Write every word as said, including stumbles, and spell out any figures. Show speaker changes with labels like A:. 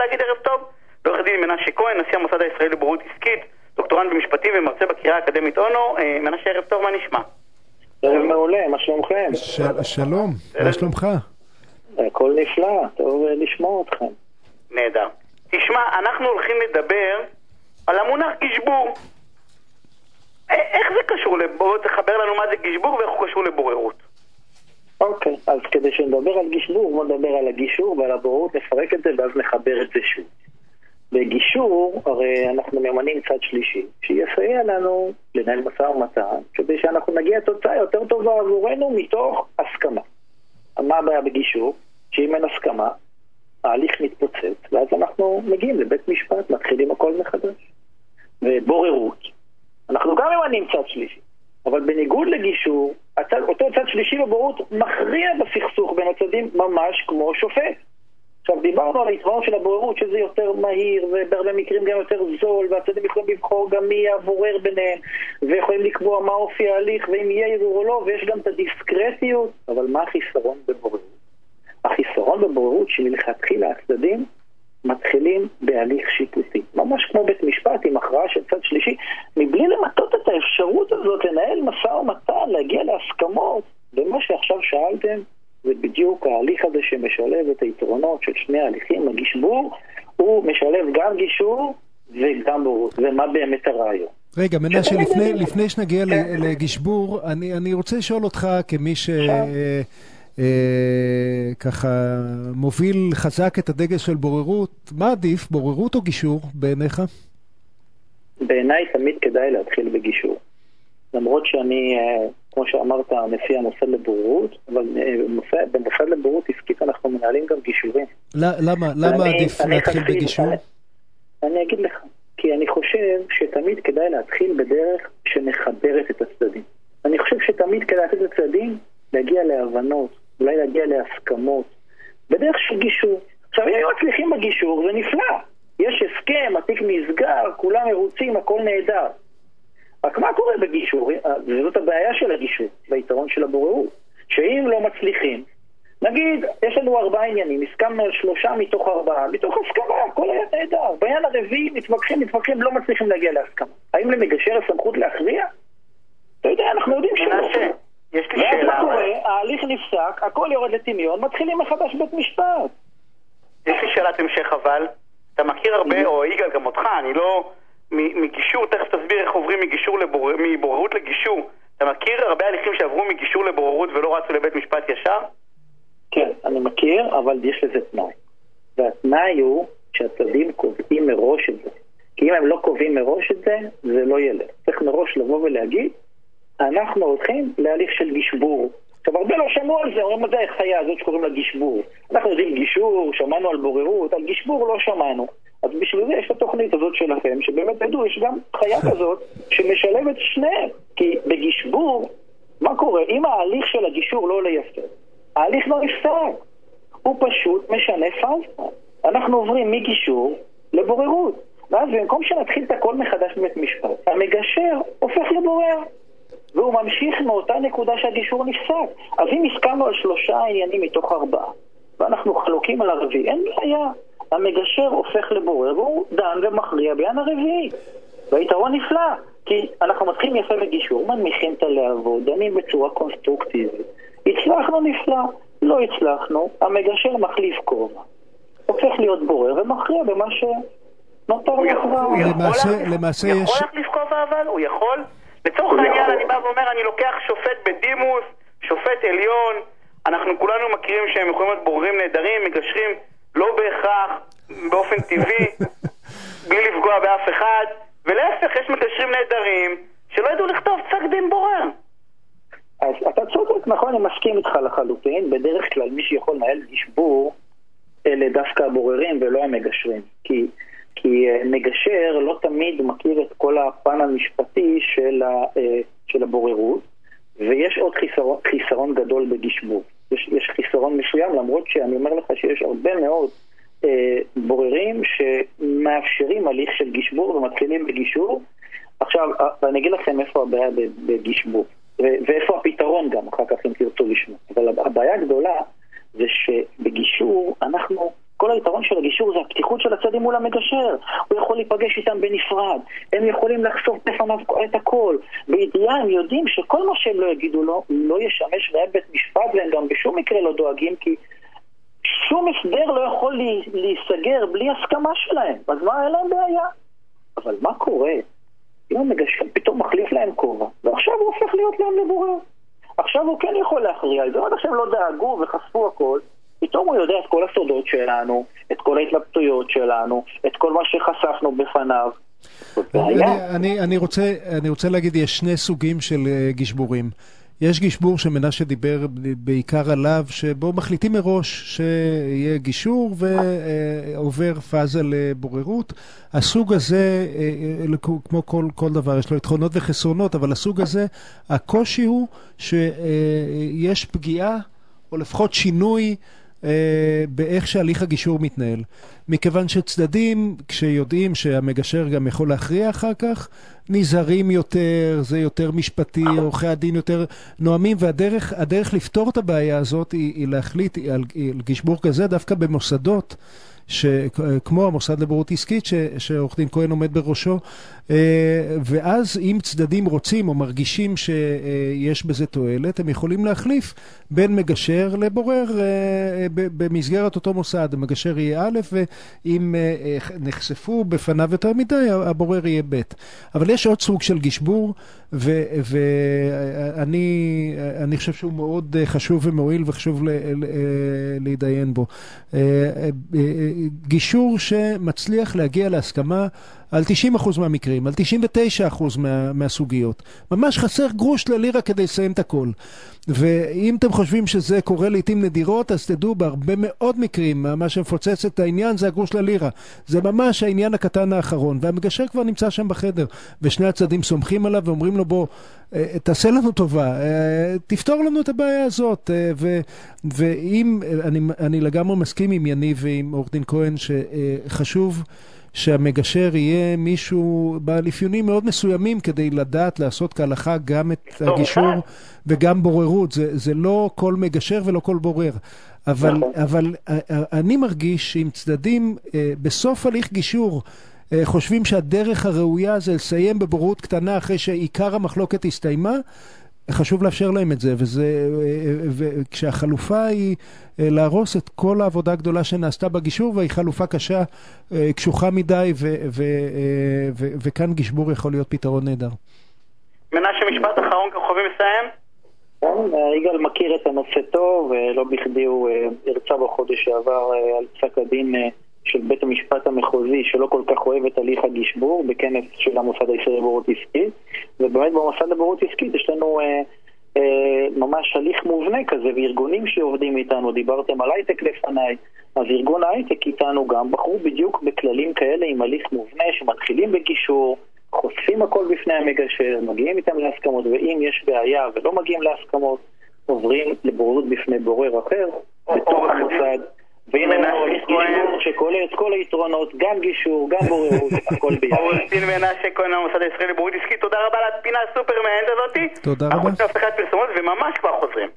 A: להגיד ערב טוב לעורך דין מנשה כהן, נשיא המוסד הישראלי לבוררות עסקית, דוקטורנט במשפטים ומרצה בקריה האקדמית אונו. מנשה, ערב טוב, מה נשמע?
B: ערב מעולה, מה שלומכם?
C: שלום, מה שלומך?
B: הכל נפלא, טוב לשמוע אתכם.
A: נהדר. תשמע, אנחנו הולכים לדבר על המונח גשבור. איך זה קשור לבוררות? תחבר לנו מה זה גשבור ואיך הוא קשור לבוררות.
B: אוקיי, אז כדי שנדבר על גשבור, בוא נדבר על הגישור ועל הבוררות, נפרק את זה ואז נחבר את זה שוב. בגישור, הרי אנחנו ממנים צד שלישי, שיסייע לנו לנהל משא ומתן, כדי שאנחנו נגיע תוצאה יותר טובה עבורנו מתוך הסכמה. מה הבעיה בגישור? שאם אין הסכמה, ההליך מתפוצץ, ואז אנחנו מגיעים לבית משפט, מתחילים הכל מחדש. ובוררות, אנחנו גם ממנים צד שלישי, אבל בניגוד לגישור, הצד, אותו צד שלישי בבוררות מכריע בסכסוך בין הצדדים ממש כמו שופט. עכשיו דיברנו על היתרון של הבוררות, שזה יותר מהיר ובהרבה מקרים גם יותר זול, והצדדים יכולים לבחור גם מי יעבורר ביניהם, ויכולים לקבוע מה אופי ההליך ואם יהיה ערעור או לא, ויש גם את הדיסקרטיות. אבל מה החיסרון בבוררות? החיסרון בבוררות שמלכתחילה הצדדים מתחילים בהליך שיפוטי, ממש כמו בית משפט עם הכרעה של צד שלישי, מבלי למטות את האפשרות הזאת לנהל משא ומתן, להגיע להסכמות. ומה שעכשיו שאלתם זה בדיוק ההליך הזה שמשלב את היתרונות של שני ההליכים. הגשבור הוא משלב גם גישור וגם בוררות. ומה באמת הרעיון?
C: רגע, מנשה, לפני, לפני שנגיע לגשבור, אני, אני רוצה לשאול אותך כמי ש... אה, ככה מוביל חזק את הדגל של בוררות, מה עדיף, בוררות או גישור בעיניך?
B: בעיניי תמיד כדאי להתחיל בגישור. למרות שאני, כמו שאמרת, נשיא המוסד לבוררות, אבל במוסד לבוררות עסקית אנחנו מנהלים גם גישורים.
C: למה? למה עדיף להתחיל בגישור?
B: אני אגיד לך, כי אני חושב שתמיד כדאי להתחיל בדרך שמחברת את הצדדים. אני חושב שתמיד כדאי לתת לצדדים להגיע להבנות, אולי להגיע להסכמות, בדרך של גישור. עכשיו, אם מצליחים בגישור, זה נפלא. יש הסכם, התיק נסגר, כולם מרוצים, הכל נהדר. רק מה קורה בגישור? זאת הבעיה של הגישור, ביתרון של הבוררות. שאם לא מצליחים, נגיד, יש לנו ארבעה עניינים, הסכמנו על שלושה מתוך ארבעה, מתוך הסכמה, הכל היה נהדר. בעניין הרביעי, מתווכחים, מתווכחים, לא מצליחים להגיע להסכמה. האם למגשר הסמכות להכריע? אתה יודע, אנחנו יודעים שלא.
A: יש לי שאלה.
B: ואז מה קורה? ההליך נפסק, הכל יורד לטמיון, מתחילים מחדש בית משפט.
A: יש לי שאלת המשך אבל, אתה מכיר הרבה, או יגאל גם אותך, אני לא... מגישור, תכף תסביר איך עוברים מגישור לבור... מבוררות לגישור. אתה מכיר הרבה הליכים שעברו מגישור לבוררות ולא רצו לבית משפט ישר?
B: כן, אני מכיר, אבל יש לזה תנאי. והתנאי הוא שהצדדים קובעים מראש את זה. כי אם הם לא קובעים מראש את זה, זה לא ילך. צריך מראש לבוא ולהגיד, אנחנו הולכים להליך של גשבור. עכשיו, הרבה לא שמעו על זה, אומרים מה זה החיה הזאת שקוראים לה גשבור. אנחנו יודעים גישור, שמענו על בוררות, על גשבור לא שמענו. אז בשביל זה יש את התוכנית הזאת שלכם, שבאמת תדעו, יש גם חיה כזאת שמשלבת שניהם. כי בגשבור, מה קורה? אם ההליך של הגישור לא עולה יפה, ההליך לא נפסק. הוא פשוט משנה פאזה. אנחנו עוברים מגישור לבוררות. ואז במקום שנתחיל את הכל מחדש בבית משפט, המגשר הופך לבורר. והוא ממשיך מאותה נקודה שהגישור נפסק. אז אם הסכמנו על שלושה עניינים מתוך ארבעה, ואנחנו חלוקים על הרביעי, אין בעיה. המגשר הופך לבורר, והוא דן ומכריע בעניין הרביעי. והיתרון נפלא, כי אנחנו מתחילים יפה בגישור, מנמיכים את הלהבות, דנים בצורה קונסטרוקטיבית. הצלחנו נפלא, לא הצלחנו, המגשר מחליף כובע. הופך להיות בורר ומכריע במה שנותר לכבר.
A: הוא יכול להחליף כובע אבל? הוא יכול? לצורך העניין אני בא ואומר, אני לוקח שופט בדימוס, שופט עליון, אנחנו כולנו מכירים שהם יכולים להיות בוררים נהדרים, מגשרים לא בהכרח, באופן טבעי, בלי לפגוע באף אחד, ולהפך יש מגשרים נהדרים שלא ידעו לכתוב פסק דין בורר.
B: אז אתה צודק, נכון, אני מסכים איתך לחלוטין. בדרך כלל מי שיכול לנהל גשבור אלה דווקא הבוררים ולא המגשרים, כי כי מגשר לא תמיד מכיר את כל הפן המשפטי של, ה, של הבוררות, ויש עוד חיסרון, חיסרון גדול בגשבור. יש, יש חיסרון מסוים, למרות שאני אומר לך שיש הרבה מאוד אה, בוררים שמאפשרים הליך של גשבור ומתחילים בגישור. עכשיו, אני אגיד לכם איפה הבעיה בגשבור, ואיפה הפתרון גם, אחר כך אם תרצו לשמוע. אבל הבעיה הגדולה זה שבגישור אנחנו כל היתרון של הגישור זה הפתיחות של הצדדים מול המגשר. הוא יכול להיפגש איתם בנפרד, הם יכולים לחשוף בפניו את הכל. בידיעה הם יודעים שכל מה שהם לא יגידו לו לא ישמש להם בית משפט, והם גם בשום מקרה לא דואגים, כי שום הסדר לא יכול להיסגר בלי הסכמה שלהם. אז מה, אין להם בעיה. אבל מה קורה? אם המגשר פתאום מחליף להם כובע, ועכשיו הוא הופך להיות להם לבורר. עכשיו הוא כן יכול להכריע, זה עוד עכשיו לא דאגו וחשפו הכל, פתאום הוא יודע את כל הסודות שלנו, את כל ההתלבטויות שלנו, את כל מה שחשפנו בפניו.
C: אני, אני, אני, רוצה, אני רוצה להגיד, יש שני סוגים של גשבורים. יש גשבור שמנשה דיבר בעיקר עליו, שבו מחליטים מראש שיהיה גישור ועובר פאזה לבוררות. הסוג הזה, כמו כל, כל דבר, יש לו יתרונות וחסרונות, אבל הסוג הזה, הקושי הוא שיש פגיעה, או לפחות שינוי, באיך שהליך הגישור מתנהל. מכיוון שצדדים, כשיודעים שהמגשר גם יכול להכריע אחר כך, נזהרים יותר, זה יותר משפטי, עורכי הדין יותר נועמים, והדרך הדרך לפתור את הבעיה הזאת היא, היא להחליט על, על גשבור כזה דווקא במוסדות, כמו המוסד לבוררות עסקית שעורך דין כהן עומד בראשו, ואז אם צדדים רוצים או מרגישים שיש בזה תועלת, הם יכולים להחליף בין מגשר לבורר במסגרת אותו מוסד. המגשר יהיה א', ואם נחשפו בפניו יותר מדי, הבורר יהיה ב'. אבל יש עוד סוג של גשבור, ואני אני חושב שהוא מאוד חשוב ומועיל וחשוב להידיין בו. גישור שמצליח להגיע להסכמה על תשעים אחוז מהמקרים, על תשעים ותשעה אחוז מה, מהסוגיות. ממש חסר גרוש ללירה כדי לסיים את הכל. ואם אתם חושבים שזה קורה לעתים נדירות, אז תדעו, בהרבה מאוד מקרים, מה שמפוצץ את העניין זה הגרוש ללירה. זה ממש העניין הקטן האחרון. והמגשר כבר נמצא שם בחדר, ושני הצדדים סומכים עליו ואומרים לו, בוא, תעשה לנו טובה, תפתור לנו את הבעיה הזאת. ו, ואם, אני, אני לגמרי מסכים עם יניב ועם עורך דין כהן, שחשוב שהמגשר יהיה מישהו בעל אפיונים מאוד מסוימים כדי לדעת לעשות כהלכה גם את הגישור וגם בוררות. זה, זה לא כל מגשר ולא כל בורר. אבל, אבל אני מרגיש שעם צדדים בסוף הליך גישור חושבים שהדרך הראויה זה לסיים בבוררות קטנה אחרי שעיקר המחלוקת הסתיימה, חשוב לאפשר להם את זה, וזה, וכשהחלופה היא להרוס את כל העבודה הגדולה שנעשתה בגישור, והיא חלופה קשה, קשוחה מדי, ו, ו, ו, וכאן גשבור יכול להיות פתרון נהדר.
A: מנשה, משפט אחרון כחובים מסיים?
B: יגאל מכיר את הנושא טוב, ולא בכדי הוא הרצה בחודש שעבר על פסק הדין של בית המשפט המחוזי שלא כל כך אוהב את הליך הגשבור בכנס של המוסד הישראלי לבוררות עסקית. ובאמת במוסד לבוררות עסקית יש לנו אה, אה, ממש הליך מובנה כזה, וארגונים שעובדים איתנו, דיברתם על הייטק לפניי, אז ארגון הייטק איתנו גם בחרו בדיוק בכללים כאלה עם הליך מובנה שמתחילים בגישור, חושפים הכל בפני המגשר, מגיעים איתם להסכמות, ואם יש בעיה ולא מגיעים להסכמות עוברים לבוררות בפני בורר אחר בתוך המוסד. והנה הליך גישור שכולל את כל היתרונות, גם גישור, גם בוררות, הכל ביחד.
A: עורך דין מנשה כהן מהמוסד הישראלי לבוררות עסקית, תודה רבה על הפינה הסופר מעניינת הזאת.
C: תודה רבה.
A: אנחנו נפתח הפסקת פרסומות וממש כבר חוזרים.